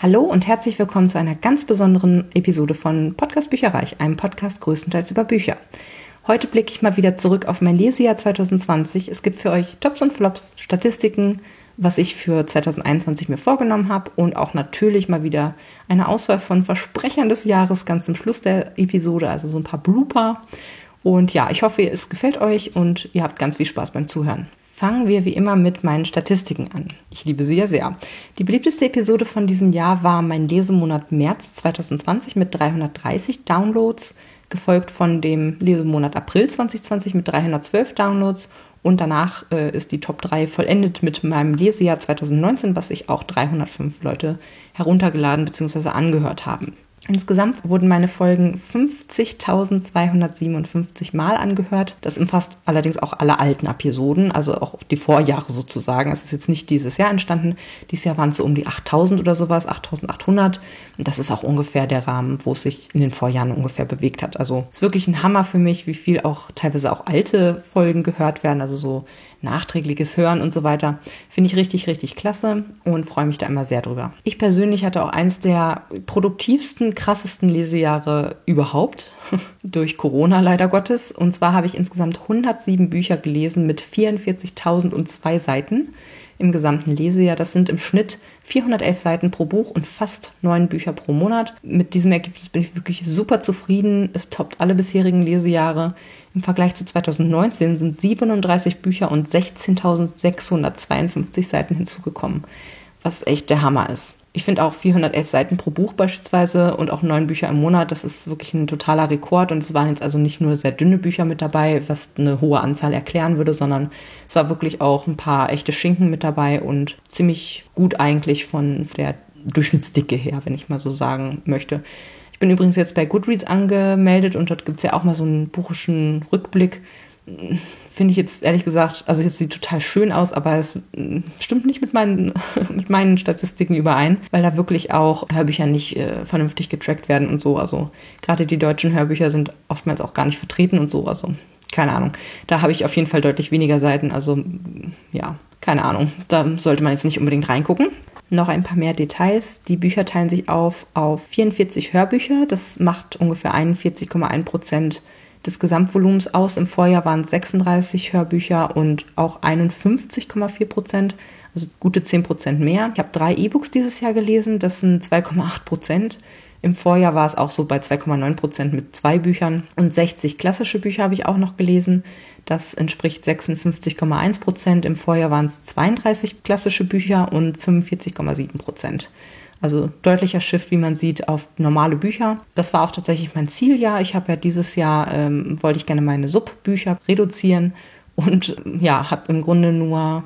Hallo und herzlich willkommen zu einer ganz besonderen Episode von Podcast Bücherreich, einem Podcast größtenteils über Bücher. Heute blicke ich mal wieder zurück auf mein Lesejahr 2020. Es gibt für euch Tops und Flops, Statistiken, was ich für 2021 mir vorgenommen habe und auch natürlich mal wieder eine Auswahl von Versprechern des Jahres ganz zum Schluss der Episode, also so ein paar Blooper. Und ja, ich hoffe, es gefällt euch und ihr habt ganz viel Spaß beim Zuhören. Fangen wir wie immer mit meinen Statistiken an. Ich liebe sie ja sehr. Die beliebteste Episode von diesem Jahr war mein Lesemonat März 2020 mit 330 Downloads, gefolgt von dem Lesemonat April 2020 mit 312 Downloads und danach ist die Top 3 vollendet mit meinem Lesejahr 2019, was sich auch 305 Leute heruntergeladen bzw. angehört haben. Insgesamt wurden meine Folgen 50.257 Mal angehört. Das umfasst allerdings auch alle alten Episoden, also auch die Vorjahre sozusagen. Es ist jetzt nicht dieses Jahr entstanden. Dieses Jahr waren es so um die 8.000 oder sowas, 8.800. Und das ist auch ungefähr der Rahmen, wo es sich in den Vorjahren ungefähr bewegt hat. Also es ist wirklich ein Hammer für mich, wie viel auch teilweise auch alte Folgen gehört werden, also so nachträgliches Hören und so weiter. Finde ich richtig, richtig klasse und freue mich da immer sehr drüber. Ich persönlich hatte auch eins der produktivsten, krassesten Lesejahre überhaupt, durch Corona leider Gottes. Und zwar habe ich insgesamt 107 Bücher gelesen mit 44.002 Seiten im gesamten Lesejahr. Das sind im Schnitt 411 Seiten pro Buch und fast 9 Bücher pro Monat. Mit diesem Ergebnis bin ich wirklich super zufrieden. Es toppt alle bisherigen Lesejahre. Im Vergleich zu 2019 sind 37 Bücher und 16.652 Seiten hinzugekommen, was echt der Hammer ist. Ich finde auch 411 Seiten pro Buch beispielsweise und auch 9 Bücher im Monat, das ist wirklich ein totaler Rekord. Und es waren jetzt also nicht nur sehr dünne Bücher mit dabei, was eine hohe Anzahl erklären würde, sondern es war wirklich auch ein paar echte Schinken mit dabei und ziemlich gut eigentlich von der Durchschnittsdicke her, wenn ich mal so sagen möchte. Ich bin übrigens jetzt bei Goodreads angemeldet und dort gibt es ja auch mal so einen buchischen Rückblick. Finde ich jetzt ehrlich gesagt, also es sieht total schön aus, aber es stimmt nicht mit meinen Statistiken überein, weil da wirklich auch Hörbücher nicht vernünftig getrackt werden und so. Also gerade die deutschen Hörbücher sind oftmals auch gar nicht vertreten und so. Also keine Ahnung. Da habe ich auf jeden Fall deutlich weniger Seiten. Also ja, keine Ahnung. Da sollte man jetzt nicht unbedingt reingucken. Noch ein paar mehr Details. Die Bücher teilen sich auf 44 Hörbücher. Das macht ungefähr 41,1% des Gesamtvolumens aus. Im Vorjahr waren es 36 Hörbücher und auch 51,4%, also gute 10% mehr. Ich habe 3 E-Books dieses Jahr gelesen, das sind 2,8%. Im Vorjahr war es auch so bei 2,9% mit 2 Büchern und 60 klassische Bücher habe ich auch noch gelesen. Das entspricht 56,1%. Im Vorjahr waren es 32 klassische Bücher und 45,7%. Also deutlicher Shift, wie man sieht, auf normale Bücher. Das war auch tatsächlich mein Zieljahr. Ich habe ja dieses Jahr, wollte ich gerne meine Sub-Bücher reduzieren und ja, habe im Grunde nur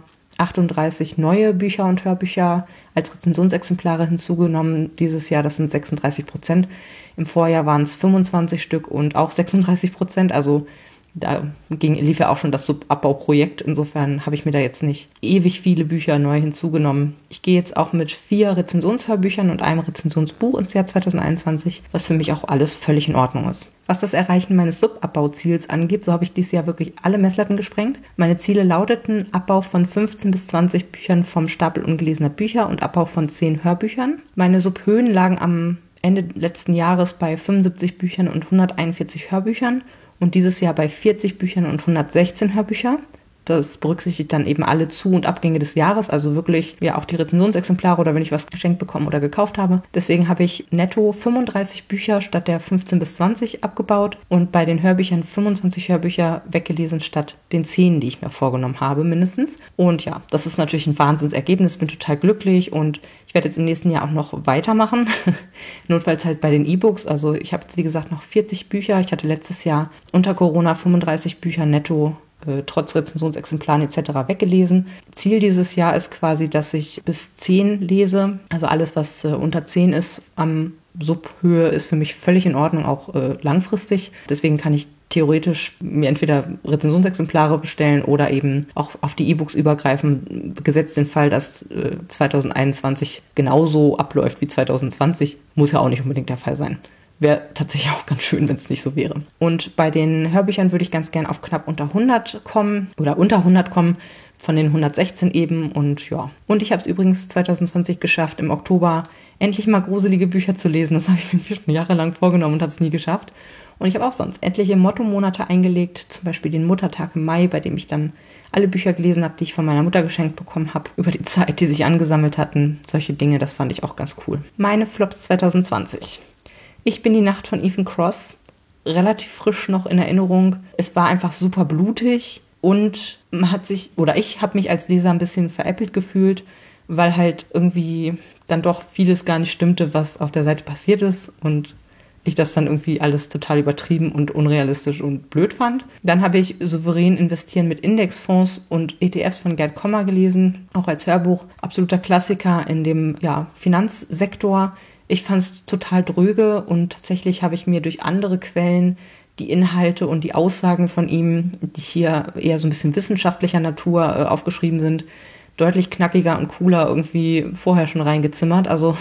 38 neue Bücher und Hörbücher als Rezensionsexemplare hinzugenommen. Dieses Jahr, das sind 36%. Im Vorjahr waren es 25 Stück und auch 36%. Also da lief ja auch schon das Subabbauprojekt. Insofern habe ich mir da jetzt nicht ewig viele Bücher neu hinzugenommen. Ich gehe jetzt auch mit 4 Rezensionshörbüchern und einem Rezensionsbuch ins Jahr 2021, was für mich auch alles völlig in Ordnung ist. Was das Erreichen meines Subabbauziels angeht, so habe ich dieses Jahr wirklich alle Messlatten gesprengt. Meine Ziele lauteten Abbau von 15 bis 20 Büchern vom Stapel ungelesener Bücher und Abbau von 10 Hörbüchern. Meine Subhöhen lagen am Ende letzten Jahres bei 75 Büchern und 141 Hörbüchern. Und dieses Jahr bei 40 Büchern und 116 Hörbücher. Das berücksichtigt dann eben alle Zu- und Abgänge des Jahres, also wirklich ja auch die Rezensionsexemplare oder wenn ich was geschenkt bekommen oder gekauft habe. Deswegen habe ich netto 35 Bücher statt der 15 bis 20 abgebaut und bei den Hörbüchern 25 Hörbücher weggelesen statt den 10, die ich mir vorgenommen habe mindestens. Und ja, das ist natürlich ein Wahnsinnsergebnis, bin total glücklich und ich werde jetzt im nächsten Jahr auch noch weitermachen, notfalls halt bei den E-Books. Also ich habe jetzt wie gesagt noch 40 Bücher. Ich hatte letztes Jahr unter Corona 35 Bücher netto trotz Rezensionsexemplaren etc. weggelesen. Ziel dieses Jahr ist quasi, dass ich bis 10 lese. Also alles, was unter 10 ist am Subhöhe, ist für mich völlig in Ordnung, auch langfristig. Deswegen kann ich theoretisch mir entweder Rezensionsexemplare bestellen oder eben auch auf die E-Books übergreifen, gesetzt den Fall, dass 2021 genauso abläuft wie 2020, muss ja auch nicht unbedingt der Fall sein. Wäre tatsächlich auch ganz schön, wenn es nicht so wäre. Und bei den Hörbüchern würde ich ganz gern auf knapp unter 100 kommen oder unter 100 kommen, von den 116 eben und ja. Und ich habe es übrigens 2020 geschafft, im Oktober endlich mal gruselige Bücher zu lesen. Das habe ich mir schon jahrelang vorgenommen und habe es nie geschafft. Und ich habe auch sonst etliche Motto-Monate eingelegt, zum Beispiel den Muttertag im Mai, bei dem ich dann alle Bücher gelesen habe, die ich von meiner Mutter geschenkt bekommen habe, über die Zeit, die sich angesammelt hatten. Solche Dinge, das fand ich auch ganz cool. Meine Flops 2020. Ich bin die Nacht von Ethan Cross, relativ frisch noch in Erinnerung. Es war einfach super blutig und ich habe mich als Leser ein bisschen veräppelt gefühlt, weil halt irgendwie dann doch vieles gar nicht stimmte, was auf der Seite passiert ist und ich das dann irgendwie alles total übertrieben und unrealistisch und blöd fand. Dann habe ich Souverän investieren mit Indexfonds und ETFs von Gerd Kommer gelesen, auch als Hörbuch. Absoluter Klassiker in dem Finanzsektor. Ich fand es total dröge und tatsächlich habe ich mir durch andere Quellen die Inhalte und die Aussagen von ihm, die hier eher so ein bisschen wissenschaftlicher Natur aufgeschrieben sind, deutlich knackiger und cooler irgendwie vorher schon reingezimmert. Also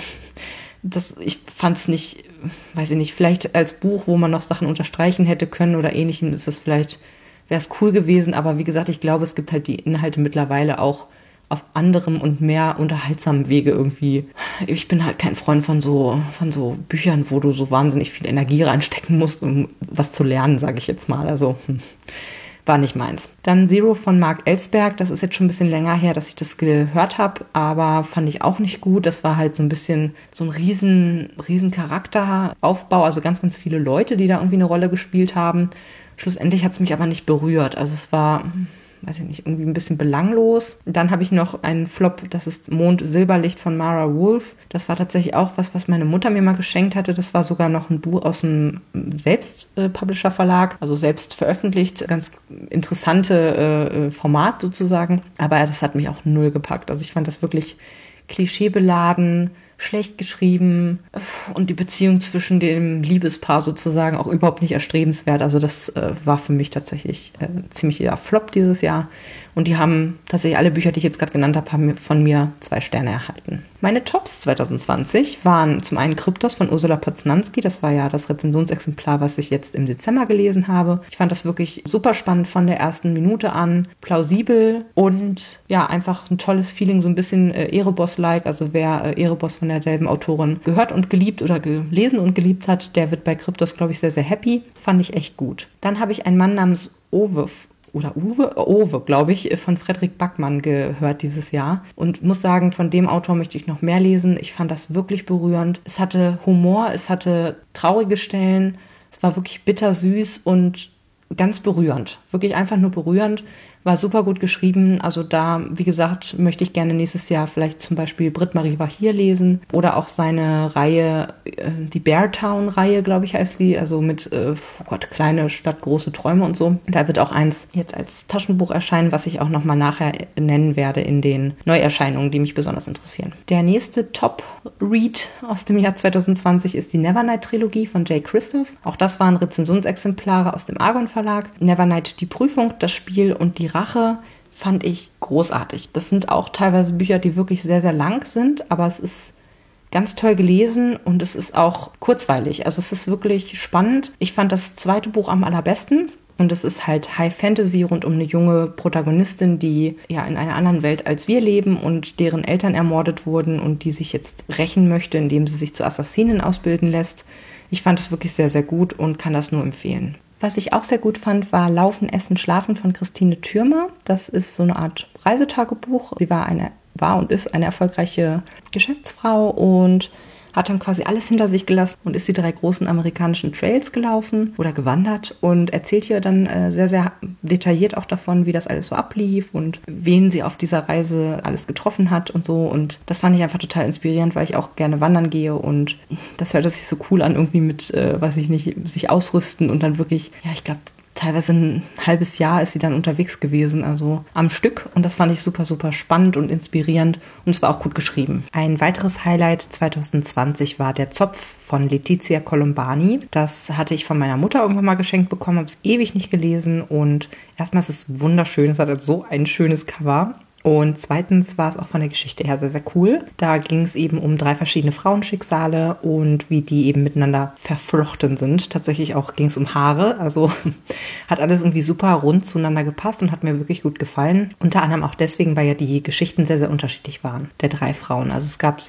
ich fand es nicht, weiß ich nicht, vielleicht als Buch, wo man noch Sachen unterstreichen hätte können oder ähnlichem, wäre es cool gewesen. Aber wie gesagt, ich glaube, es gibt halt die Inhalte mittlerweile auch auf anderem und mehr unterhaltsamen Wege irgendwie. Ich bin halt kein Freund von so Büchern, wo du so wahnsinnig viel Energie reinstecken musst, um was zu lernen, sage ich jetzt mal. Also war nicht meins. Dann Zero von Mark Ellsberg. Das ist jetzt schon ein bisschen länger her, dass ich das gehört habe, aber fand ich auch nicht gut. Das war halt so ein bisschen so ein riesen Charakteraufbau, also ganz, ganz viele Leute, die da irgendwie eine Rolle gespielt haben. Schlussendlich hat es mich aber nicht berührt. Also es war, weiß ich nicht, irgendwie ein bisschen belanglos. Dann habe ich noch einen Flop, das ist Mond Silberlicht von Mara Wolf. Das war tatsächlich auch was meine Mutter mir mal geschenkt hatte. Das war sogar noch ein Buch aus einem Selbst-Publisher-Verlag, also selbst veröffentlicht. Ganz interessante Format sozusagen. Aber das hat mich auch null gepackt. Also ich fand das wirklich klischeebeladen, schlecht geschrieben und die Beziehung zwischen dem Liebespaar sozusagen auch überhaupt nicht erstrebenswert. Also das war für mich tatsächlich ziemlich Flop dieses Jahr. Und die haben tatsächlich alle Bücher, die ich jetzt gerade genannt habe, haben von mir 2 Sterne erhalten. Meine Tops 2020 waren zum einen Kryptos von Ursula Poznanski. Das war ja das Rezensionsexemplar, was ich jetzt im Dezember gelesen habe. Ich fand das wirklich super spannend von der ersten Minute an. Plausibel und ja, einfach ein tolles Feeling, so ein bisschen Erebos-like. Also wer Erebos von derselben Autorin gehört und geliebt oder gelesen und geliebt hat, der wird bei Kryptos, glaube ich, sehr, sehr happy. Fand ich echt gut. Dann habe ich einen Mann namens Uwe, glaube ich, von Frederik Backmann gehört dieses Jahr und muss sagen, von dem Autor möchte ich noch mehr lesen. Ich fand das wirklich berührend. Es hatte Humor, es hatte traurige Stellen, es war wirklich bittersüß und ganz berührend. Wirklich einfach nur berührend. War super gut geschrieben. Also da, wie gesagt, möchte ich gerne nächstes Jahr vielleicht zum Beispiel Britt-Marie war hier lesen oder auch seine Reihe, die Beartown-Reihe, glaube ich, heißt die. Also mit, kleine Stadt, große Träume und so. Da wird auch eins jetzt als Taschenbuch erscheinen, was ich auch nochmal nachher nennen werde in den Neuerscheinungen, die mich besonders interessieren. Der nächste Top-Read aus dem Jahr 2020 ist die Nevernight-Trilogie von Jay Kristoff. Auch das waren Rezensionsexemplare aus dem Argon Verlag. Nevernight, die Prüfung, das Spiel und die Rache fand ich großartig. Das sind auch teilweise Bücher, die wirklich sehr, sehr lang sind, aber es ist ganz toll gelesen und es ist auch kurzweilig. Also es ist wirklich spannend. Ich fand das zweite Buch am allerbesten und es ist halt High Fantasy rund um eine junge Protagonistin, die ja in einer anderen Welt als wir leben und deren Eltern ermordet wurden und die sich jetzt rächen möchte, indem sie sich zur Assassinin ausbilden lässt. Ich fand es wirklich sehr, sehr gut und kann das nur empfehlen. Was ich auch sehr gut fand, war Laufen, Essen, Schlafen von Christine Thürmer. Das ist so eine Art Reisetagebuch. Sie war und ist eine erfolgreiche Geschäftsfrau und hat dann quasi alles hinter sich gelassen und ist die 3 großen amerikanischen Trails gelaufen oder gewandert und erzählt hier dann sehr, sehr detailliert auch davon, wie das alles so ablief und wen sie auf dieser Reise alles getroffen hat und so. Und das fand ich einfach total inspirierend, weil ich auch gerne wandern gehe und das hört sich so cool an, irgendwie mit, sich ausrüsten und dann wirklich, ja, ich glaube, teilweise ein halbes Jahr ist sie dann unterwegs gewesen, also am Stück. Und das fand ich super, super spannend und inspirierend. Und es war auch gut geschrieben. Ein weiteres Highlight 2020 war Der Zopf von Letizia Colombani. Das hatte ich von meiner Mutter irgendwann mal geschenkt bekommen, habe es ewig nicht gelesen. Und erstmal ist es wunderschön, es hat halt so ein schönes Cover. Und zweitens war es auch von der Geschichte her sehr, sehr cool. Da ging es eben um 3 verschiedene Frauenschicksale und wie die eben miteinander verflochten sind. Tatsächlich auch ging es um Haare. Also hat alles irgendwie super rund zueinander gepasst und hat mir wirklich gut gefallen. Unter anderem auch deswegen, weil ja die Geschichten sehr, sehr unterschiedlich waren, der 3 Frauen. Also es gab sehr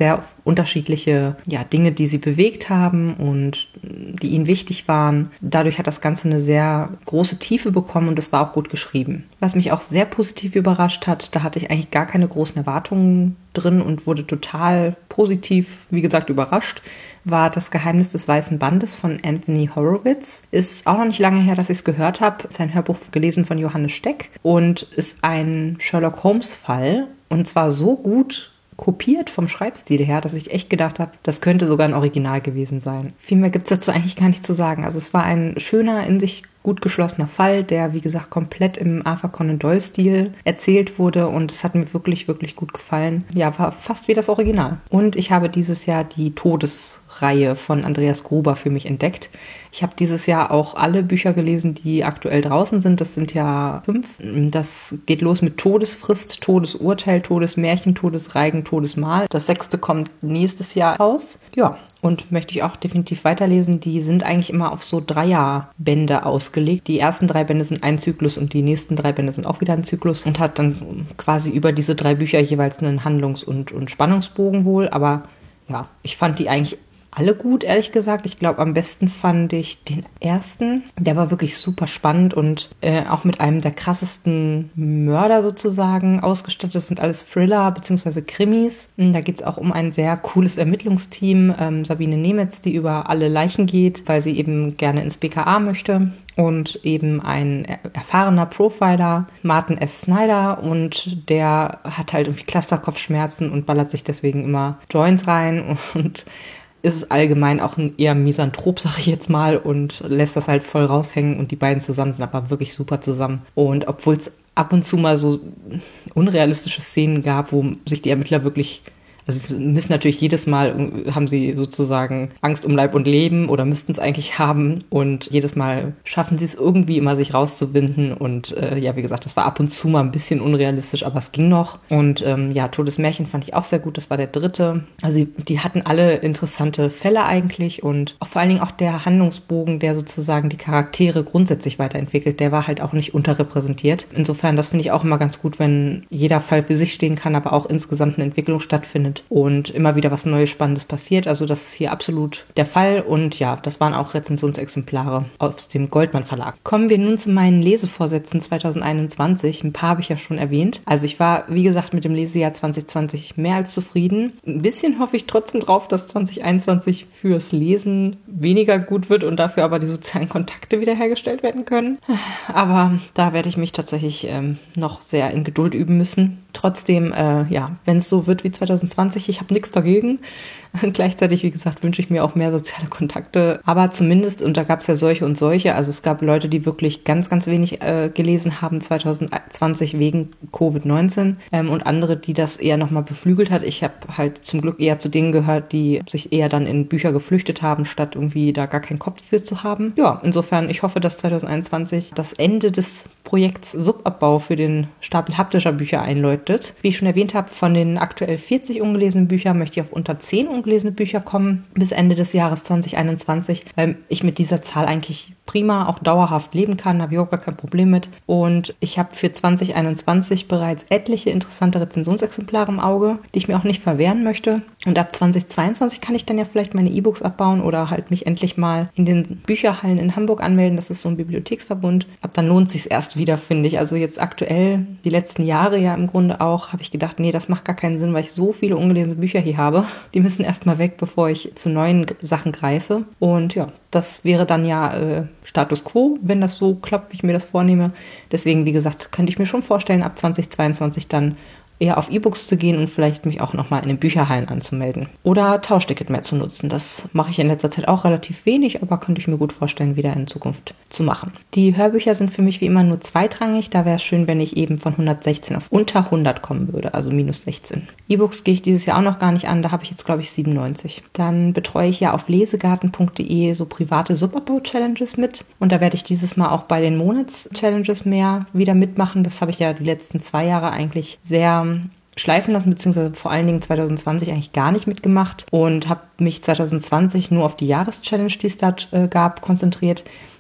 unterschiedliche Dinge, die sie bewegt haben und die ihnen wichtig waren. Dadurch hat das Ganze eine sehr große Tiefe bekommen und es war auch gut geschrieben. Was mich auch sehr positiv überrascht hat, da hatte ich eigentlich gar keine großen Erwartungen drin und wurde total positiv, wie gesagt, überrascht, war Das Geheimnis des Weißen Bandes von Anthony Horowitz. Ist auch noch nicht lange her, dass ich es gehört habe. Ist ein Hörbuch gelesen von Johannes Steck und ist ein Sherlock-Holmes-Fall. Und zwar so gut kopiert vom Schreibstil her, dass ich echt gedacht habe, das könnte sogar ein Original gewesen sein. Viel mehr gibt es dazu eigentlich gar nicht zu sagen. Also es war ein schöner, in sich gut geschlossener Fall, der, wie gesagt, komplett im Arthur Conan Doyle-Stil erzählt wurde und es hat mir wirklich, wirklich gut gefallen. Ja, war fast wie das Original. Und ich habe dieses Jahr die Todesreihe von Andreas Gruber für mich entdeckt. Ich habe dieses Jahr auch alle Bücher gelesen, die aktuell draußen sind. Das sind ja 5. Das geht los mit Todesfrist, Todesurteil, Todesmärchen, Todesreigen, Todesmahl. Das 6. kommt nächstes Jahr raus. Ja, und möchte ich auch definitiv weiterlesen. Die sind eigentlich immer auf so Dreierbände ausgelegt. Die ersten 3 Bände sind ein Zyklus und die nächsten 3 Bände sind auch wieder ein Zyklus und hat dann quasi über diese 3 Bücher jeweils einen Handlungs- und Spannungsbogen wohl. Aber ja, ich fand die eigentlich alle gut, ehrlich gesagt. Ich glaube, am besten fand ich den ersten. Der war wirklich super spannend und auch mit einem der krassesten Mörder sozusagen ausgestattet. Das sind alles Thriller bzw. Krimis. Da geht es auch um ein sehr cooles Ermittlungsteam. Sabine Nemetz, die über alle Leichen geht, weil sie eben gerne ins BKA möchte. Und eben ein erfahrener Profiler, Martin S. Snyder, und der hat halt irgendwie Clusterkopfschmerzen und ballert sich deswegen immer Joints rein und ist es allgemein auch ein eher Misanthrop, sag ich jetzt mal, und lässt das halt voll raushängen und die beiden zusammen sind aber wirklich super zusammen. Und obwohl es ab und zu mal so unrealistische Szenen gab, wo sich die Ermittler wirklich, also sie müssen natürlich jedes Mal, haben sie sozusagen Angst um Leib und Leben oder müssten es eigentlich haben und jedes Mal schaffen sie es irgendwie immer, sich rauszuwinden und wie gesagt, das war ab und zu mal ein bisschen unrealistisch, aber es ging noch und Todesmärchen fand ich auch sehr gut, das war der 3. Also die hatten alle interessante Fälle eigentlich und auch vor allen Dingen auch der Handlungsbogen, der sozusagen die Charaktere grundsätzlich weiterentwickelt, der war halt auch nicht unterrepräsentiert. Insofern, das finde ich auch immer ganz gut, wenn jeder Fall für sich stehen kann, aber auch insgesamt eine Entwicklung stattfindet und immer wieder was Neues, Spannendes passiert. Also das ist hier absolut der Fall und ja, das waren auch Rezensionsexemplare aus dem Goldmann Verlag. Kommen wir nun zu meinen Lesevorsätzen 2021. Ein paar habe ich ja schon erwähnt. Also ich war, wie gesagt, mit dem Lesejahr 2020 mehr als zufrieden. Ein bisschen hoffe ich trotzdem drauf, dass 2021 fürs Lesen weniger gut wird und dafür aber die sozialen Kontakte wiederhergestellt werden können. Aber da werde ich mich tatsächlich noch sehr in Geduld üben müssen. Trotzdem, wenn es so wird wie 2020, ich habe nichts dagegen. Gleichzeitig, wie gesagt, wünsche ich mir auch mehr soziale Kontakte. Aber zumindest, und da gab es ja solche und solche, also es gab Leute, die wirklich ganz, ganz wenig gelesen haben 2020 wegen Covid-19 und andere, die das eher nochmal beflügelt hat. Ich habe halt zum Glück eher zu denen gehört, die sich eher dann in Bücher geflüchtet haben, statt irgendwie da gar keinen Kopf für zu haben. Ja, insofern, ich hoffe, dass 2021 das Ende des Projekts Subabbau für den Stapel haptischer Bücher einläutet. Wie ich schon erwähnt habe, von den aktuell 40 ungelesenen Büchern möchte ich auf unter 10 ungelesene Bücher kommen bis Ende des Jahres 2021, weil ich mit dieser Zahl eigentlich prima auch dauerhaft leben kann, habe ich auch gar kein Problem mit. Und ich habe für 2021 bereits etliche interessante Rezensionsexemplare im Auge, die ich mir auch nicht verwehren möchte. Und ab 2022 kann ich dann ja vielleicht meine E-Books abbauen oder halt mich endlich mal in den Bücherhallen in Hamburg anmelden. Das ist so ein Bibliotheksverbund. Ab dann lohnt es sich erst wieder, finde ich. Also jetzt aktuell, die letzten Jahre ja im Grunde auch, habe ich gedacht, nee, das macht gar keinen Sinn, weil ich so viele ungelesene Bücher hier habe. Die müssen erstmal weg, bevor ich zu neuen Sachen greife. Und ja, das wäre dann ja Status Quo, wenn das so klappt, wie ich mir das vornehme. Deswegen, wie gesagt, könnte ich mir schon vorstellen, ab 2022 dann eher auf E-Books zu gehen und vielleicht mich auch nochmal in den Bücherhallen anzumelden. Oder Tauschticket mehr zu nutzen. Das mache ich in letzter Zeit auch relativ wenig, aber könnte ich mir gut vorstellen, wieder in Zukunft zu machen. Die Hörbücher sind für mich wie immer nur zweitrangig. Da wäre es schön, wenn ich eben von 116 auf unter 100 kommen würde, also minus 16. E-Books gehe ich dieses Jahr auch noch gar nicht an. Da habe ich jetzt, glaube ich, 97. Dann betreue ich ja auf lesegarten.de so private Subabbau-Challenges mit. Und da werde ich dieses Mal auch bei den Monats-Challenges mehr wieder mitmachen. Das habe ich ja die letzten 2 Jahre eigentlich sehr schleifen lassen, beziehungsweise vor allen Dingen 2020 eigentlich gar nicht mitgemacht und habe mich 2020 nur auf die Jahreschallenge, die es da gab, konzentriert.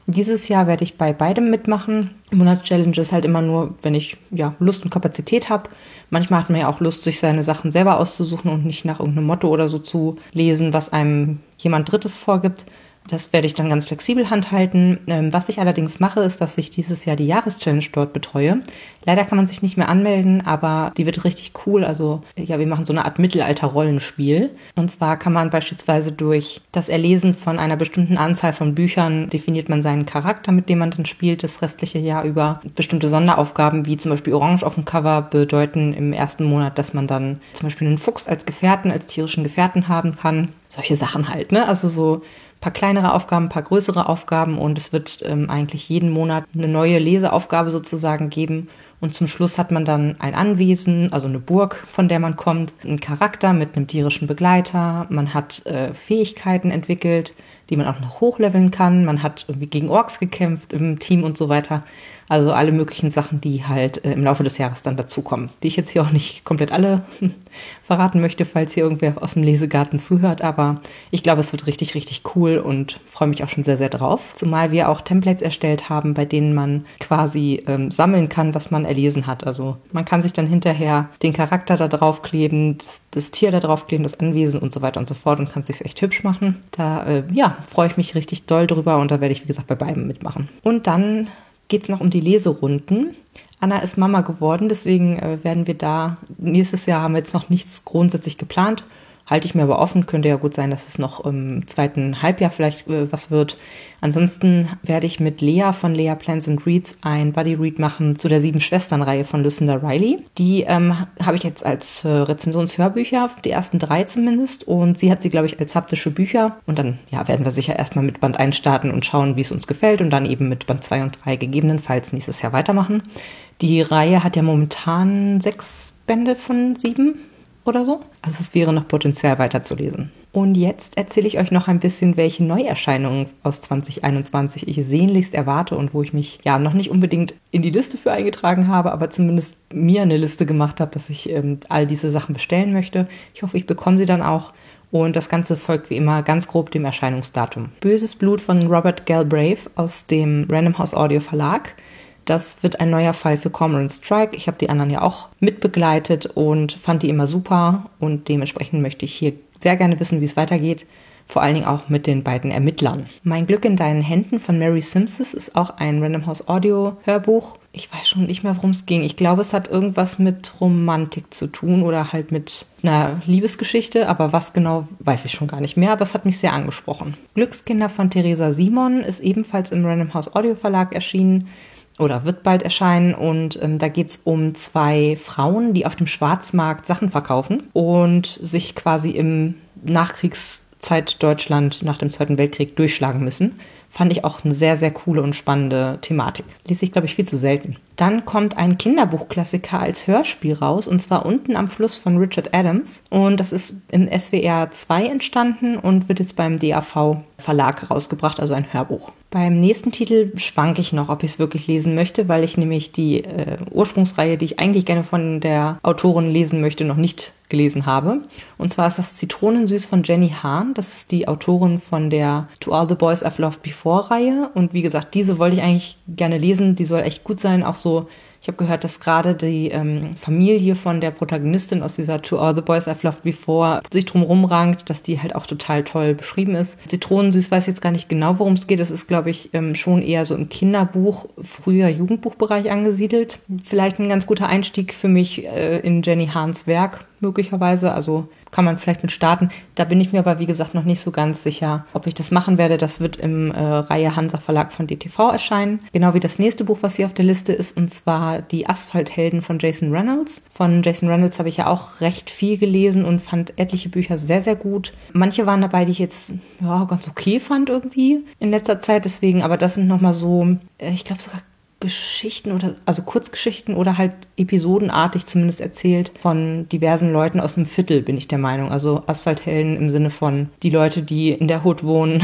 Dieses Jahr werde ich bei beidem mitmachen. Monatschallenge ist halt immer nur, wenn ich Lust und Kapazität habe. Manchmal hat man ja auch Lust, sich seine Sachen selber auszusuchen und nicht nach irgendeinem Motto oder so zu lesen, was einem jemand Drittes vorgibt. Das werde ich dann ganz flexibel handhalten. Was ich allerdings mache, ist, dass ich dieses Jahr die Jahreschallenge dort betreue. Leider kann man sich nicht mehr anmelden, aber die wird richtig cool. Also wir machen so eine Art Mittelalter-Rollenspiel. Und zwar kann man beispielsweise durch das Erlesen von einer bestimmten Anzahl von Büchern definiert man seinen Charakter, mit dem man dann spielt, das restliche Jahr über. Bestimmte Sonderaufgaben, wie zum Beispiel Orange auf dem Cover, bedeuten im ersten Monat, dass man dann zum Beispiel einen Fuchs als Gefährten, als tierischen Gefährten haben kann. Solche Sachen halt, ne? Also so paar kleinere Aufgaben, ein paar größere Aufgaben und es wird eigentlich jeden Monat eine neue Leseaufgabe sozusagen geben und zum Schluss hat man dann ein Anwesen, also eine Burg, von der man kommt, einen Charakter mit einem tierischen Begleiter, man hat Fähigkeiten entwickelt, die man auch noch hochleveln kann, man hat irgendwie gegen Orks gekämpft im Team und so weiter. Also alle möglichen Sachen, die halt im Laufe des Jahres dann dazukommen. Die ich jetzt hier auch nicht komplett alle verraten möchte, falls hier irgendwer aus dem Lesegarten zuhört. Aber ich glaube, es wird richtig, richtig cool und freue mich auch schon sehr, sehr drauf. Zumal wir auch Templates erstellt haben, bei denen man quasi sammeln kann, was man erlesen hat. Also man kann sich dann hinterher den Charakter da draufkleben, das Tier da draufkleben, das Anwesen und so weiter und so fort und kann es sich echt hübsch machen. Da freue ich mich richtig doll drüber und da werde ich, wie gesagt, bei beiden mitmachen. Und dann geht es noch um die Leserunden. Anna ist Mama geworden, deswegen werden wir da, nächstes Jahr haben wir jetzt noch nichts grundsätzlich geplant, halte ich mir aber offen, könnte ja gut sein, dass es noch im zweiten Halbjahr vielleicht was wird. Ansonsten werde ich mit Lea von Lea Plans and Reads ein Buddy Read machen zu der 7-Schwestern-Reihe von Lucinda Riley. Die habe ich jetzt als Rezensionshörbücher, die ersten 3 zumindest, und sie hat sie, glaube ich, als haptische Bücher. Und dann werden wir sicher erstmal mit Band 1 starten und schauen, wie es uns gefällt und dann eben mit Band 2 und 3 gegebenenfalls nächstes Jahr weitermachen. Die Reihe hat ja momentan 6 Bände von 7 oder so. Also es wäre noch Potenzial weiterzulesen. Und jetzt erzähle ich euch noch ein bisschen, welche Neuerscheinungen aus 2021 ich sehnlichst erwarte und wo ich mich noch nicht unbedingt in die Liste für eingetragen habe, aber zumindest mir eine Liste gemacht habe, dass ich all diese Sachen bestellen möchte. Ich hoffe, ich bekomme sie dann auch. Und das Ganze folgt wie immer ganz grob dem Erscheinungsdatum. Böses Blut von Robert Galbraith aus dem Random House Audio Verlag. Das wird ein neuer Fall für Cormoran Strike. Ich habe die anderen ja auch mitbegleitet und fand die immer super. Und dementsprechend möchte ich hier sehr gerne wissen, wie es weitergeht. Vor allen Dingen auch mit den beiden Ermittlern. Mein Glück in deinen Händen von Mary Simpsons ist auch ein Random House Audio Hörbuch. Ich weiß schon nicht mehr, worum es ging. Ich glaube, es hat irgendwas mit Romantik zu tun oder halt mit einer Liebesgeschichte. Aber was genau, weiß ich schon gar nicht mehr. Aber es hat mich sehr angesprochen. Glückskinder von Theresa Simon ist ebenfalls im Random House Audio Verlag erschienen. Oder wird bald erscheinen und da geht es um 2 Frauen, die auf dem Schwarzmarkt Sachen verkaufen und sich quasi im Nachkriegszeit Deutschland nach dem Zweiten Weltkrieg durchschlagen müssen. Fand ich auch eine sehr, sehr coole und spannende Thematik. Lese ich, glaube ich, viel zu selten. Dann kommt ein Kinderbuchklassiker als Hörspiel raus, und zwar Unten am Fluss von Richard Adams. Und das ist im SWR 2 entstanden und wird jetzt beim DAV Verlag rausgebracht, also ein Hörbuch. Beim nächsten Titel schwanke ich noch, ob ich es wirklich lesen möchte, weil ich nämlich die Ursprungsreihe, die ich eigentlich gerne von der Autorin lesen möchte, noch nicht gelesen habe. Und zwar ist das Zitronensüß von Jenny Han. Das ist die Autorin von der To All the Boys I've Loved Before Reihe. Und wie gesagt, diese wollte ich eigentlich gerne lesen. Die soll echt gut sein. Auch so, ich habe gehört, dass gerade die Familie von der Protagonistin aus dieser To All the Boys I've Loved Before sich drum rumrankt, dass die halt auch total toll beschrieben ist. Zitronensüß weiß ich jetzt gar nicht genau, worum es geht. Das ist, glaube ich, schon eher so im Kinderbuch, früher Jugendbuchbereich angesiedelt. Vielleicht ein ganz guter Einstieg für mich in Jenny Hans Werk möglicherweise. Also kann man vielleicht mit starten. Da bin ich mir aber, wie gesagt, noch nicht so ganz sicher, ob ich das machen werde. Das wird im Reihe Hansa Verlag von DTV erscheinen. Genau wie das nächste Buch, was hier auf der Liste ist, und zwar Die Asphalthelden von Jason Reynolds. Von Jason Reynolds habe ich ja auch recht viel gelesen und fand etliche Bücher sehr, sehr gut. Manche waren dabei, die ich jetzt ganz okay fand irgendwie in letzter Zeit. Deswegen, aber das sind nochmal so, ich glaube sogar Geschichten oder also Kurzgeschichten oder halt episodenartig zumindest erzählt von diversen Leuten aus dem Viertel, bin ich der Meinung. Also Asphalthelden im Sinne von die Leute, die in der Hood wohnen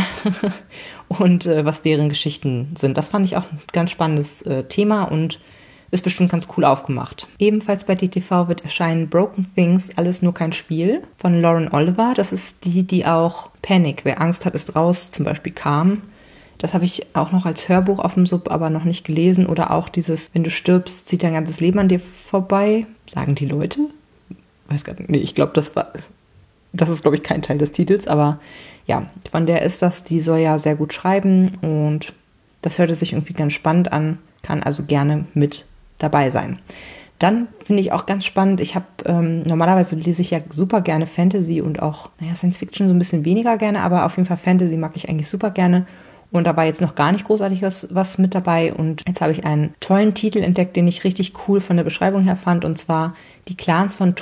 und was deren Geschichten sind. Das fand ich auch ein ganz spannendes Thema und ist bestimmt ganz cool aufgemacht. Ebenfalls bei DTV wird erscheinen Broken Things, alles nur kein Spiel von Lauren Oliver. Das ist die auch Panic, wer Angst hat, ist raus, zum Beispiel kam. Das habe ich auch noch als Hörbuch auf dem Sub, aber noch nicht gelesen. Oder auch dieses, wenn du stirbst, zieht dein ganzes Leben an dir vorbei, sagen die Leute. Weiß gar nicht, nee, ich glaube, das ist, glaube ich, kein Teil des Titels, aber ja, von der ist das, die soll ja sehr gut schreiben und das hörte sich irgendwie ganz spannend an, kann also gerne mit dabei sein. Dann finde ich auch ganz spannend, ich habe, normalerweise lese ich ja super gerne Fantasy und auch, Science Fiction so ein bisschen weniger gerne, aber auf jeden Fall Fantasy mag ich eigentlich super gerne. Und da war jetzt noch gar nicht großartig was mit dabei. Und jetzt habe ich einen tollen Titel entdeckt, den ich richtig cool von der Beschreibung her fand. Und zwar Die Clans von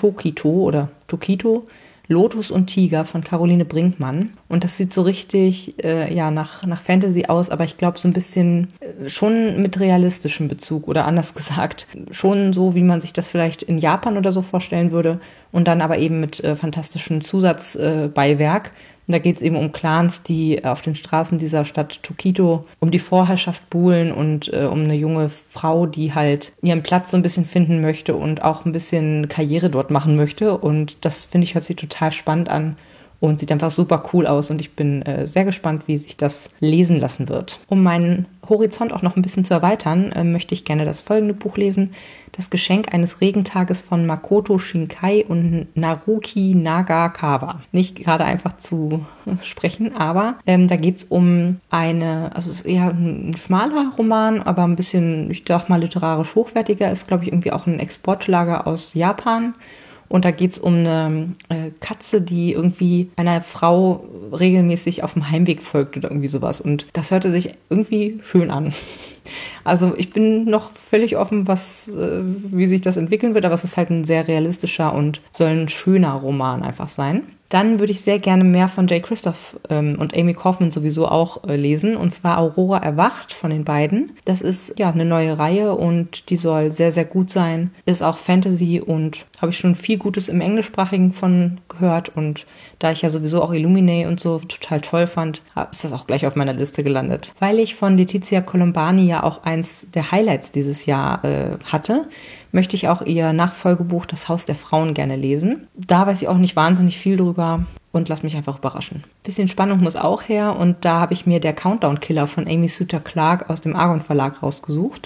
Tokito, Lotus und Tiger von Caroline Brinkmann. Und das sieht so richtig nach Fantasy aus, aber ich glaube so ein bisschen schon mit realistischem Bezug oder anders gesagt, schon so, wie man sich das vielleicht in Japan oder so vorstellen würde und dann aber eben mit fantastischem Zusatzbeiwerk. Und da geht es eben um Clans, die auf den Straßen dieser Stadt Tokito um die Vorherrschaft buhlen und um eine junge Frau, die halt ihren Platz so ein bisschen finden möchte und auch ein bisschen Karriere dort machen möchte. Und das, finde ich, hört sich total spannend an und sieht einfach super cool aus. Und ich bin sehr gespannt, wie sich das lesen lassen wird. Um meinen Horizont auch noch ein bisschen zu erweitern, möchte ich gerne das folgende Buch lesen. Das Geschenk eines Regentages von Makoto Shinkai und Naruki Nagakawa. Nicht gerade einfach zu sprechen, aber da geht es um es ist eher ein schmaler Roman, aber ein bisschen, ich sag mal, literarisch hochwertiger. Ist, glaube ich, irgendwie auch ein Exportschlager aus Japan. Und da geht es um eine Katze, die irgendwie einer Frau regelmäßig auf dem Heimweg folgt oder irgendwie sowas. Und das hörte sich irgendwie schön an. Also ich bin noch völlig offen, wie sich das entwickeln wird, aber es ist halt ein sehr realistischer und soll ein schöner Roman einfach sein. Dann würde ich sehr gerne mehr von Jay Kristoff und Amy Kaufman sowieso auch lesen, und zwar Aurora erwacht von den beiden. Das ist ja eine neue Reihe und die soll sehr, sehr gut sein. Ist auch Fantasy und habe ich schon viel Gutes im Englischsprachigen von gehört, und da ich ja sowieso auch Illuminae und so total toll fand, ist das auch gleich auf meiner Liste gelandet. Weil ich von Letizia Colombani ja auch eins der Highlights dieses Jahr hatte, möchte ich auch ihr Nachfolgebuch Das Haus der Frauen gerne lesen. Da weiß ich auch nicht wahnsinnig viel drüber und lass mich einfach überraschen. Bisschen Spannung muss auch her, und da habe ich mir Der Countdown-Killer von Amy Suter Clarke aus dem Argon Verlag rausgesucht.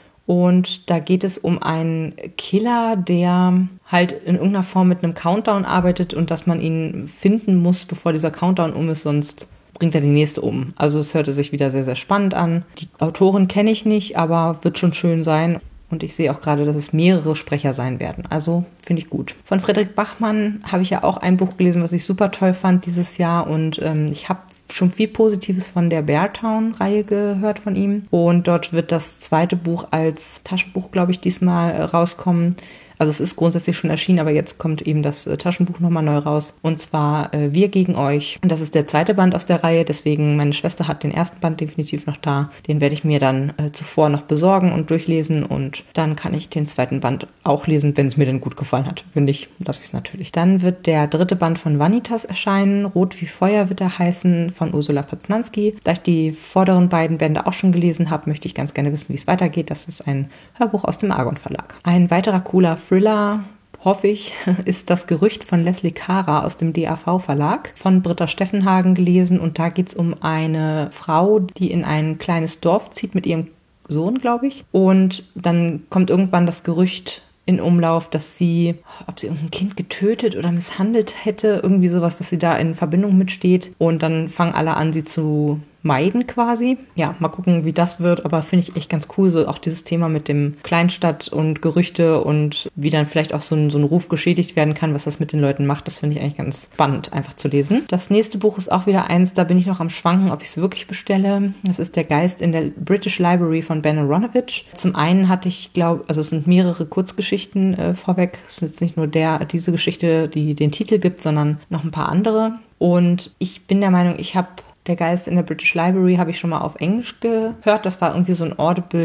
Und da geht es um einen Killer, der halt in irgendeiner Form mit einem Countdown arbeitet und dass man ihn finden muss, bevor dieser Countdown um ist, sonst bringt er die nächste um. Also es hörte sich wieder sehr, sehr spannend an. Die Autorin kenne ich nicht, aber wird schon schön sein. Und ich sehe auch gerade, dass es mehrere Sprecher sein werden. Also finde ich gut. Von Fredrik Backman habe ich ja auch ein Buch gelesen, was ich super toll fand dieses Jahr. Und ich habe schon viel Positives von der Beartown-Reihe gehört von ihm. Und dort wird das zweite Buch als Taschenbuch, glaube ich, diesmal rauskommen. Also es ist grundsätzlich schon erschienen, aber jetzt kommt eben das Taschenbuch nochmal neu raus. Und zwar Wir gegen euch. Und das ist der zweite Band aus der Reihe. Deswegen, meine Schwester hat den ersten Band definitiv noch da. Den werde ich mir dann zuvor noch besorgen und durchlesen. Und dann kann ich den zweiten Band auch lesen, wenn es mir denn gut gefallen hat. Wenn nicht, lasse ich es natürlich. Dann wird der dritte Band von Vanitas erscheinen. Rot wie Feuer wird er heißen, von Ursula Poznanski. Da ich die vorderen beiden Bände auch schon gelesen habe, möchte ich ganz gerne wissen, wie es weitergeht. Das ist ein Hörbuch aus dem Argon Verlag. Ein weiterer cooler Thriller, hoffe ich, ist Das Gerücht von Leslie Cara aus dem DAV Verlag, von Britta Steffenhagen gelesen, und da geht es um eine Frau, die in ein kleines Dorf zieht mit ihrem Sohn, glaube ich, und dann kommt irgendwann das Gerücht in Umlauf, dass ob sie irgendein Kind getötet oder misshandelt hätte, irgendwie sowas, dass sie da in Verbindung mitsteht, und dann fangen alle an, sie zu meiden quasi. Ja, mal gucken, wie das wird, aber finde ich echt ganz cool, so auch dieses Thema mit dem Kleinstadt und Gerüchte und wie dann vielleicht auch so ein Ruf geschädigt werden kann, was das mit den Leuten macht, das finde ich eigentlich ganz spannend, einfach zu lesen. Das nächste Buch ist auch wieder eins, da bin ich noch am Schwanken, ob ich es wirklich bestelle. Das ist Der Geist in der British Library von Ben Aronovich. Zum einen hatte ich, es sind mehrere Kurzgeschichten vorweg. Es ist jetzt nicht nur diese Geschichte, die den Titel gibt, sondern noch ein paar andere. Und ich bin der Meinung, Der Geist in der British Library habe ich schon mal auf Englisch gehört. Das war irgendwie so ein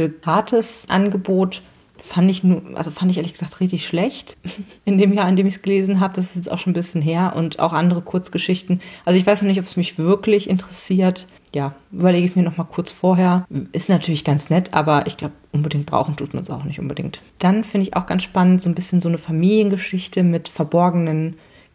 Audible-Gratis-Angebot. Fand ich ehrlich gesagt richtig schlecht in dem Jahr, in dem ich es gelesen habe. Das ist jetzt auch schon ein bisschen her, und auch andere Kurzgeschichten. Also ich weiß noch nicht, ob es mich wirklich interessiert. Ja, überlege ich mir noch mal kurz vorher. Ist natürlich ganz nett, aber ich glaube, unbedingt brauchen tut man es auch nicht unbedingt. Dann finde ich auch ganz spannend, so ein bisschen so eine Familiengeschichte mit verborgenen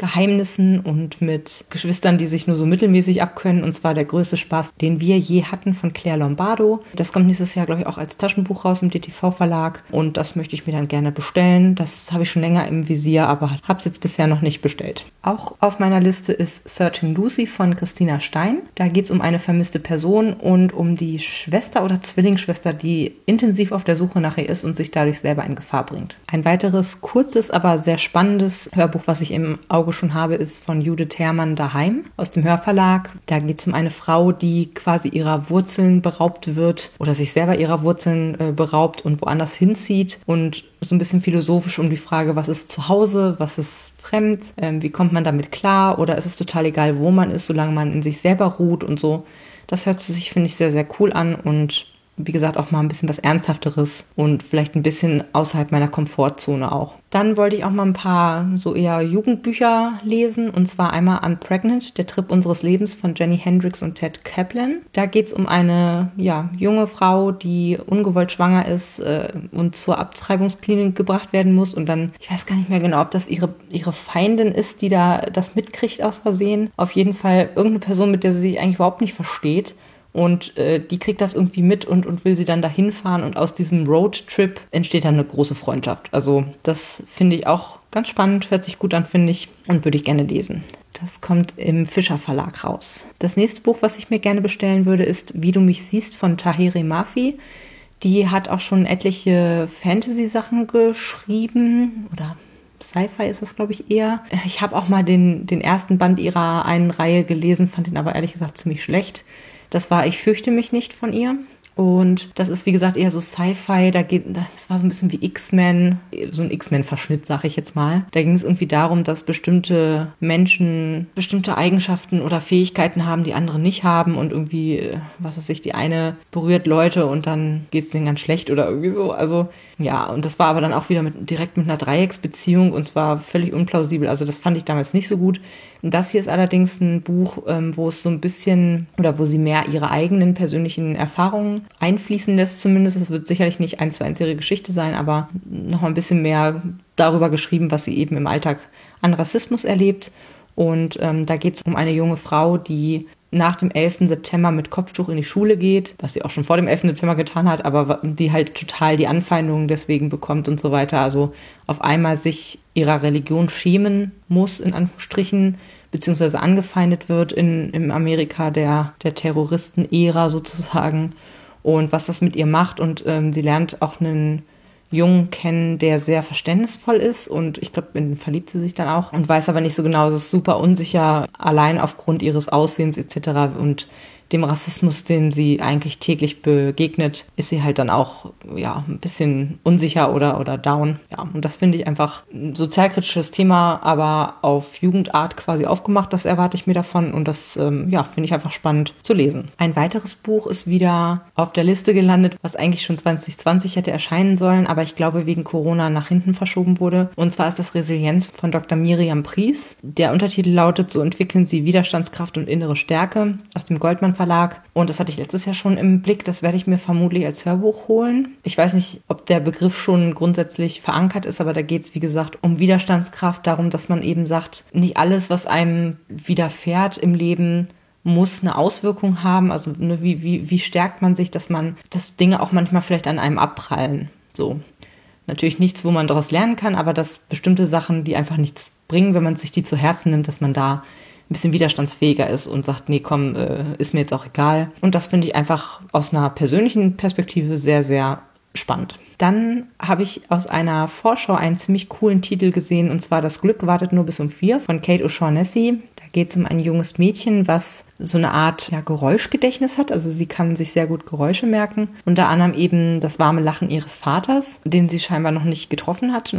Geheimnissen und mit Geschwistern, die sich nur so mittelmäßig abkönnen. Und zwar der größte Spaß, den wir je hatten, von Claire Lombardo. Das kommt nächstes Jahr, glaube ich, auch als Taschenbuch raus im DTV-Verlag. Und das möchte ich mir dann gerne bestellen. Das habe ich schon länger im Visier, aber habe es jetzt bisher noch nicht bestellt. Auch auf meiner Liste ist Searching Lucy von Christina Stein. Da geht es um eine vermisste Person und um die Schwester oder Zwillingsschwester, die intensiv auf der Suche nach ihr ist und sich dadurch selber in Gefahr bringt. Ein weiteres kurzes, aber sehr spannendes Hörbuch, was ich im Auge schon habe, ist von Judith Herrmann Daheim aus dem Hörverlag. Da geht es um eine Frau, die quasi ihrer Wurzeln beraubt wird oder sich selber ihrer Wurzeln beraubt und woanders hinzieht und so ein bisschen philosophisch um die Frage, was ist zu Hause, was ist fremd, wie kommt man damit klar oder ist es total egal, wo man ist, solange man in sich selber ruht und so. Das hört sich, finde ich, sehr, sehr cool an und wie gesagt, auch mal ein bisschen was Ernsthafteres und vielleicht ein bisschen außerhalb meiner Komfortzone auch. Dann wollte ich auch mal ein paar so eher Jugendbücher lesen und zwar einmal Unpregnant, der Trip unseres Lebens von Jenny Hendricks und Ted Kaplan. Da geht es um eine junge Frau, die ungewollt schwanger ist und zur Abtreibungsklinik gebracht werden muss und dann, ich weiß gar nicht mehr genau, ob das ihre Feindin ist, die da das mitkriegt aus Versehen. Auf jeden Fall irgendeine Person, mit der sie sich eigentlich überhaupt nicht versteht. Und die kriegt das irgendwie mit und will sie dann dahin fahren und aus diesem Roadtrip entsteht dann eine große Freundschaft. Also das finde ich auch ganz spannend, hört sich gut an, finde ich, und würde ich gerne lesen. Das kommt im Fischer Verlag raus. Das nächste Buch, was ich mir gerne bestellen würde, ist Wie du mich siehst von Tahereh Mafi. Die hat auch schon etliche Fantasy-Sachen geschrieben oder Sci-Fi ist das, glaube ich, eher. Ich habe auch mal den ersten Band ihrer einen Reihe gelesen, fand den aber ehrlich gesagt ziemlich schlecht. Das war Ich fürchte mich nicht von ihr. Und das ist, wie gesagt, eher so Sci-Fi. Das war so ein bisschen wie X-Men, so ein X-Men-Verschnitt, sag ich jetzt mal. Da ging es irgendwie darum, dass bestimmte Menschen bestimmte Eigenschaften oder Fähigkeiten haben, die andere nicht haben. Und irgendwie, was weiß ich, die eine berührt Leute und dann geht es denen ganz schlecht oder irgendwie so. Also ja, und das war aber dann auch wieder direkt mit einer Dreiecksbeziehung und zwar völlig unplausibel. Also das fand ich damals nicht so gut. Und das hier ist allerdings ein Buch, wo es so ein bisschen, oder wo sie mehr ihre eigenen persönlichen Erfahrungen einfließen lässt zumindest. Es wird sicherlich nicht 1:1 ihre Geschichte sein, aber noch mal ein bisschen mehr darüber geschrieben, was sie eben im Alltag an Rassismus erlebt. Und da geht es um eine junge Frau, die nach dem 11. September mit Kopftuch in die Schule geht, was sie auch schon vor dem 11. September getan hat, aber die halt total die Anfeindungen deswegen bekommt und so weiter. Also auf einmal sich ihrer Religion schämen muss, in Anführungsstrichen, beziehungsweise angefeindet wird im Amerika der Terroristen-Ära sozusagen und was das mit ihr macht. Und sie lernt auch einen Jungen kennen, der sehr verständnisvoll ist und ich glaube, in den verliebt sie sich dann auch und weiß aber nicht so genau, es ist super unsicher, allein aufgrund ihres Aussehens etc. und dem Rassismus, dem sie eigentlich täglich begegnet, ist sie halt dann auch ein bisschen unsicher oder down. Ja, und das finde ich einfach ein sozialkritisches Thema, aber auf Jugendart quasi aufgemacht, das erwarte ich mir davon und das finde ich einfach spannend zu lesen. Ein weiteres Buch ist wieder auf der Liste gelandet, was eigentlich schon 2020 hätte erscheinen sollen, aber ich glaube wegen Corona nach hinten verschoben wurde. Und zwar ist das Resilienz von Dr. Miriam Pries. Der Untertitel lautet: So entwickeln Sie Widerstandskraft und innere Stärke, aus dem Goldmann Verlag. Und das hatte ich letztes Jahr schon im Blick. Das werde ich mir vermutlich als Hörbuch holen. Ich weiß nicht, ob der Begriff schon grundsätzlich verankert ist, aber da geht es, wie gesagt, um Widerstandskraft, darum, dass man eben sagt, nicht alles, was einem widerfährt im Leben, muss eine Auswirkung haben. Also wie stärkt man sich, dass Dinge auch manchmal vielleicht an einem abprallen. So. Natürlich nichts, wo man daraus lernen kann, aber dass bestimmte Sachen, die einfach nichts bringen, wenn man sich die zu Herzen nimmt, dass man da ein bisschen widerstandsfähiger ist und sagt, nee, komm, ist mir jetzt auch egal. Und das finde ich einfach aus einer persönlichen Perspektive sehr, sehr spannend. Dann habe ich aus einer Vorschau einen ziemlich coolen Titel gesehen, und zwar Das Glück wartet nur bis um 4 von Kate O'Shaughnessy. Da geht es um ein junges Mädchen, was so eine Art Geräuschgedächtnis hat. Also sie kann sich sehr gut Geräusche merken. Unter anderem eben das warme Lachen ihres Vaters, den sie scheinbar noch nie getroffen hat.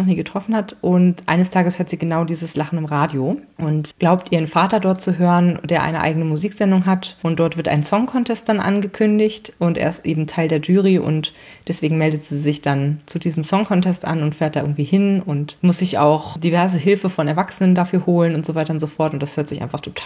Und eines Tages hört sie genau dieses Lachen im Radio und glaubt, ihren Vater dort zu hören, der eine eigene Musiksendung hat. Und dort wird ein Song-Contest dann angekündigt und er ist eben Teil der Jury und deswegen meldet sie sich dann zu diesem Song-Contest an und fährt da irgendwie hin und muss sich auch diverse Hilfe von Erwachsenen dafür holen und so weiter und so fort. Und das hört sich einfach total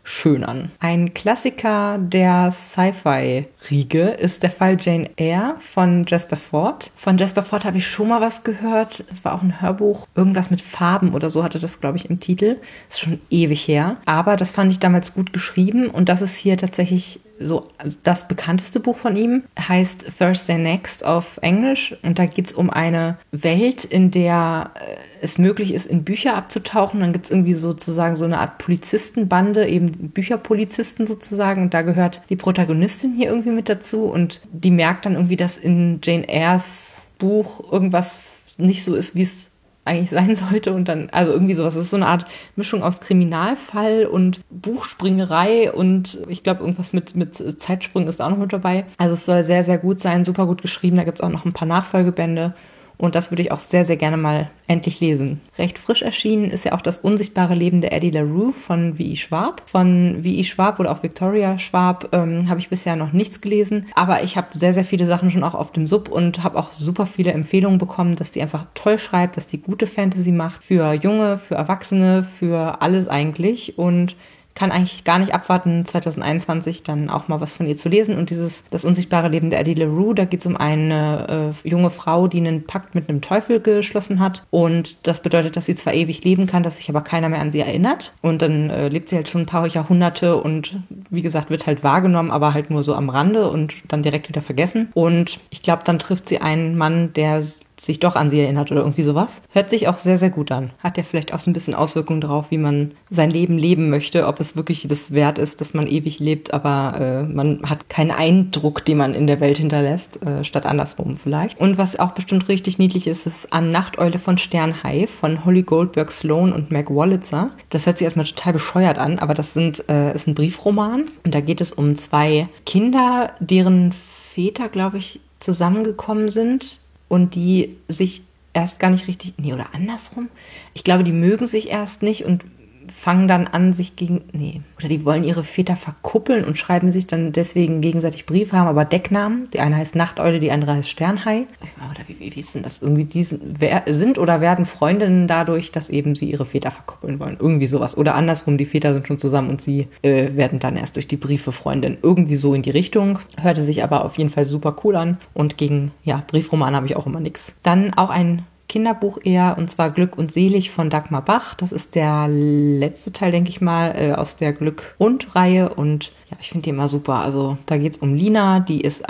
schön an. Ein Klassiker der Sci-Fi-Riege ist der Fall Jane Eyre von Jasper Fforde. Von Jasper Fforde habe ich schon mal was gehört. Es war auch ein Hörbuch. Irgendwas mit Farben oder so hatte das, glaube ich, im Titel. Ist schon ewig her. Aber das fand ich damals gut geschrieben. Und das ist hier tatsächlich so das bekannteste Buch von ihm. Heißt Thursday Next auf Englisch. Und da geht es um eine Welt, in der es möglich ist, in Bücher abzutauchen. Dann gibt es irgendwie sozusagen so eine Art Polizistenbande, eben Bücherpolizisten sozusagen. Und da gehört die Protagonistin hier irgendwie mit dazu. Und die merkt dann irgendwie, dass in Jane Eyres Buch irgendwas nicht so ist, wie es eigentlich sein sollte. Und dann, also irgendwie sowas. Das ist so eine Art Mischung aus Kriminalfall und Buchspringerei und ich glaube, irgendwas mit Zeitsprüngen ist auch noch mit dabei. Also es soll sehr, sehr gut sein, super gut geschrieben. Da gibt es auch noch ein paar Nachfolgebände. Und das würde ich auch sehr, sehr gerne mal endlich lesen. Recht frisch erschienen ist ja auch das unsichtbare Leben der Addie LaRue von V.E. Schwab. Von V.E. Schwab oder auch Victoria Schwab habe ich bisher noch nichts gelesen. Aber ich habe sehr, sehr viele Sachen schon auch auf dem Sub und habe auch super viele Empfehlungen bekommen, dass die einfach toll schreibt, dass die gute Fantasy macht. Für Junge, für Erwachsene, für alles eigentlich. Und kann eigentlich gar nicht abwarten, 2021 dann auch mal was von ihr zu lesen. Und das unsichtbare Leben der Addie LaRue, da geht es um eine junge Frau, die einen Pakt mit einem Teufel geschlossen hat. Und das bedeutet, dass sie zwar ewig leben kann, dass sich aber keiner mehr an sie erinnert. Und dann lebt sie halt schon ein paar Jahrhunderte und wie gesagt, wird halt wahrgenommen, aber halt nur so am Rande und dann direkt wieder vergessen. Und ich glaube, dann trifft sie einen Mann, der sich doch an sie erinnert oder irgendwie sowas. Hört sich auch sehr, sehr gut an. Hat ja vielleicht auch so ein bisschen Auswirkungen drauf, wie man sein Leben leben möchte, ob es wirklich das wert ist, dass man ewig lebt, aber man hat keinen Eindruck, den man in der Welt hinterlässt, statt andersrum vielleicht. Und was auch bestimmt richtig niedlich ist, ist An Nachteule von Sternhai von Holly Goldberg Sloan und Meg Wolitzer. Das hört sich erstmal total bescheuert an, aber das ist ein Briefroman und da geht es um zwei Kinder, deren Väter, glaube ich, zusammengekommen sind und die sich erst gar nicht richtig, oder andersrum. Ich glaube, die mögen sich erst nicht und fangen dann an, oder die wollen ihre Väter verkuppeln und schreiben sich dann deswegen gegenseitig Briefe, haben aber Decknamen. Die eine heißt Nachteule, die andere heißt Sternhai. Oder wie ist denn das? Irgendwie die sind oder werden Freundinnen dadurch, dass eben sie ihre Väter verkuppeln wollen. Irgendwie sowas. Oder andersrum, die Väter sind schon zusammen und sie werden dann erst durch die Briefe Freundinnen. Irgendwie so in die Richtung. Hörte sich aber auf jeden Fall super cool an. Und gegen, Briefroman habe ich auch immer nichts. Dann auch ein Kinderbuch eher, und zwar Glück und Selig von Dagmar Bach. Das ist der letzte Teil, denke ich mal, aus der Glück und Reihe und ich finde die immer super. Also da geht es um Lina, die ist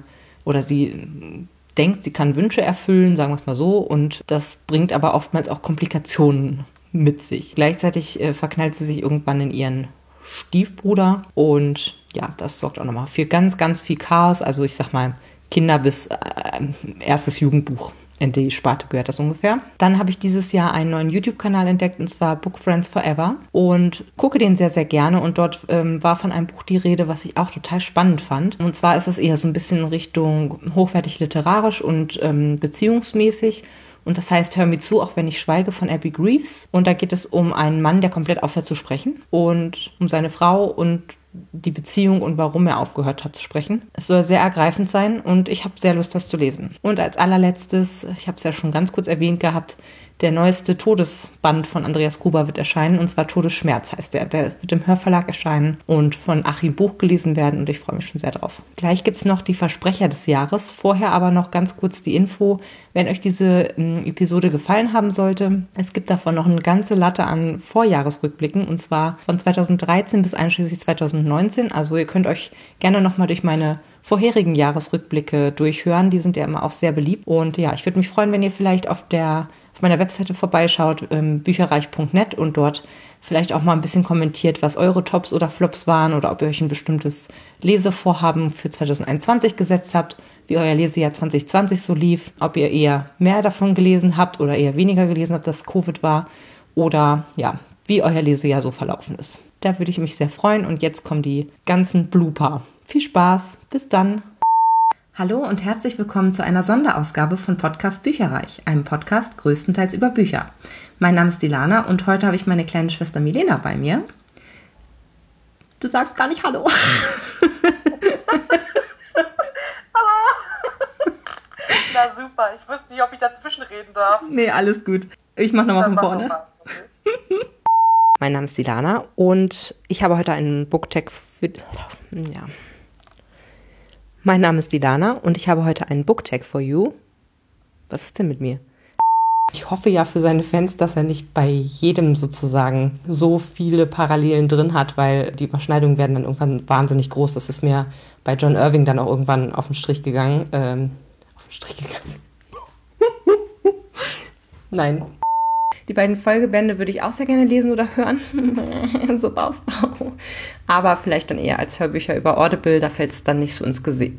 sie denkt, sie kann Wünsche erfüllen, sagen wir es mal so, und das bringt aber oftmals auch Komplikationen mit sich. Gleichzeitig verknallt sie sich irgendwann in ihren Stiefbruder und das sorgt auch nochmal für ganz, ganz viel Chaos. Also ich sag mal, Kinder bis erstes Jugendbuch. In die Sparte gehört das ungefähr. Dann habe ich dieses Jahr einen neuen YouTube-Kanal entdeckt, und zwar Book Friends Forever. Und gucke den sehr, sehr gerne. Und dort war von einem Buch die Rede, was ich auch total spannend fand. Und zwar ist es eher so ein bisschen in Richtung hochwertig literarisch und beziehungsmäßig. Und das heißt, Hör mir zu, auch wenn ich schweige, von Abby Greaves. Und da geht es um einen Mann, der komplett aufhört zu sprechen. Und um seine Frau und die Beziehung und warum er aufgehört hat zu sprechen. Es soll sehr ergreifend sein und ich habe sehr Lust, das zu lesen. Und als allerletztes, ich habe es ja schon ganz kurz erwähnt gehabt, der neueste Todesband von Andreas Gruber wird erscheinen, und zwar Todesschmerz heißt der. Der wird im Hörverlag erscheinen und von Achim Buch gelesen werden und ich freue mich schon sehr drauf. Gleich gibt es noch die Versprecher des Jahres. Vorher aber noch ganz kurz die Info, wenn euch diese Episode gefallen haben sollte. Es gibt davon noch eine ganze Latte an Vorjahresrückblicken, und zwar von 2013 bis einschließlich 2019. Also ihr könnt euch gerne nochmal durch meine vorherigen Jahresrückblicke durchhören. Die sind ja immer auch sehr beliebt. Und ich würde mich freuen, wenn ihr vielleicht auf meiner Webseite vorbeischaut, bücherreich.net, und dort vielleicht auch mal ein bisschen kommentiert, was eure Tops oder Flops waren oder ob ihr euch ein bestimmtes Lesevorhaben für 2021 gesetzt habt, wie euer Lesejahr 2020 so lief, ob ihr eher mehr davon gelesen habt oder eher weniger gelesen habt, dass Covid war, oder wie euer Lesejahr so verlaufen ist. Da würde ich mich sehr freuen, und jetzt kommen die ganzen Blooper. Viel Spaß, bis dann! Hallo und herzlich willkommen zu einer Sonderausgabe von Podcast Bücherreich, einem Podcast größtenteils über Bücher. Mein Name ist Dilana und heute habe ich meine kleine Schwester Milena bei mir. Du sagst gar nicht Hallo. Hallo. Na super, ich wusste nicht, ob ich dazwischen reden darf. Nee, alles gut. Ich mache nochmal von vorne. Mein Name ist Ilana und ich habe heute einen Booktag für... Ja. Mein Name ist Ilana und ich habe heute einen Booktag for you. Was ist denn mit mir? Ich hoffe ja für seine Fans, dass er nicht bei jedem sozusagen so viele Parallelen drin hat, weil die Überschneidungen werden dann irgendwann wahnsinnig groß. Das ist mir bei John Irving dann auch irgendwann auf den Strich gegangen. Nein. Die beiden Folgebände würde ich auch sehr gerne lesen oder hören. So Bauchbau. Aber vielleicht dann eher als Hörbücher über Audible, da fällt es dann nicht so ins Gesicht.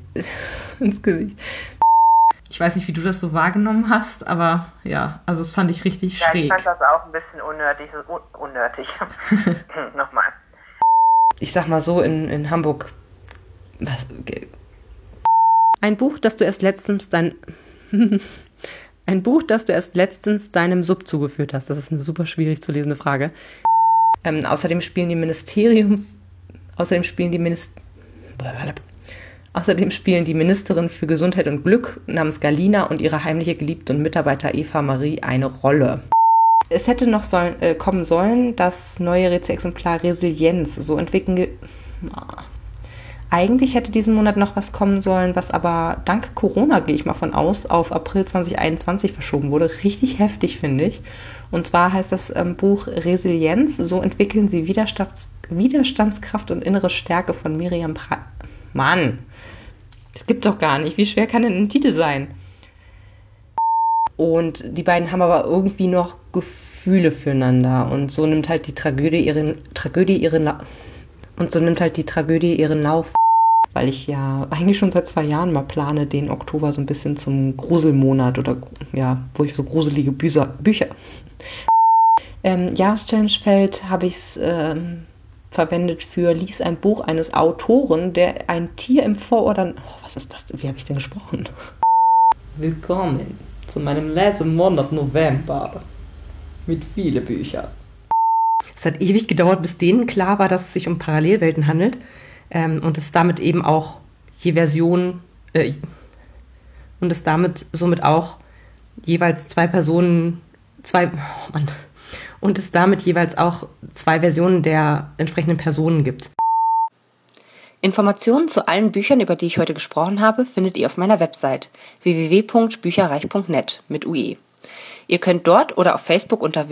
Ich weiß nicht, wie du das so wahrgenommen hast, aber ja, also das fand ich richtig schräg. Ich fand das auch ein bisschen unnötig. Nochmal. Ich sag mal so, in Hamburg... Ein Buch, das du erst letztens deinem Sub zugeführt hast. Das ist eine super schwierig zu lesende Frage. Außerdem spielen die Ministerin für Gesundheit und Glück namens Galina und ihre heimliche Geliebte und Mitarbeiter Eva Marie eine Rolle. Es hätte noch kommen sollen, das neue Rätselexemplar Resilienz, so entwickeln... Eigentlich hätte diesen Monat noch was kommen sollen, was aber dank Corona, gehe ich mal von aus, auf April 2021 verschoben wurde. Richtig heftig, finde ich. Und zwar heißt das Buch Resilienz, so entwickeln sie Widerstandskraft und innere Stärke von Miriam Mann, das gibt's doch gar nicht. Wie schwer kann denn ein Titel sein? Und die beiden haben aber irgendwie noch Gefühle füreinander. Und so nimmt halt die Tragödie ihren Lauf. Weil ich ja eigentlich schon seit 2 Jahren mal plane, den Oktober so ein bisschen zum Gruselmonat oder ja, wo ich so gruselige Bücher. Jahreschallenge-Feld habe ich es verwendet für Lies ein Buch eines Autoren, der ein Tier im Vorort... was ist das? Wie habe ich denn gesprochen? Willkommen zu meinem Lesemonat November mit vielen Büchern. Es hat ewig gedauert, bis denen klar war, dass es sich um Parallelwelten handelt und es damit eben auch somit auch jeweils zwei Versionen der entsprechenden Personen gibt. Informationen zu allen Büchern, über die ich heute gesprochen habe, findet ihr auf meiner Website www.bücherreich.net mit UE. Ihr könnt dort oder auf Facebook unter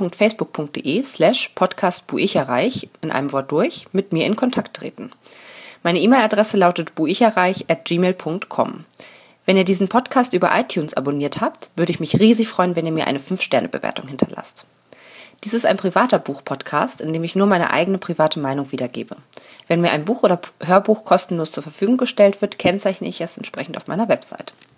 www.facebook.de/podcastbuicherreich in einem Wort durch mit mir in Kontakt treten. Meine E-Mail-Adresse lautet buicherreich@gmail.com. Wenn ihr diesen Podcast über iTunes abonniert habt, würde ich mich riesig freuen, wenn ihr mir eine 5-Sterne-Bewertung hinterlasst. Dies ist ein privater Buch-Podcast, in dem ich nur meine eigene private Meinung wiedergebe. Wenn mir ein Buch oder Hörbuch kostenlos zur Verfügung gestellt wird, kennzeichne ich es entsprechend auf meiner Website.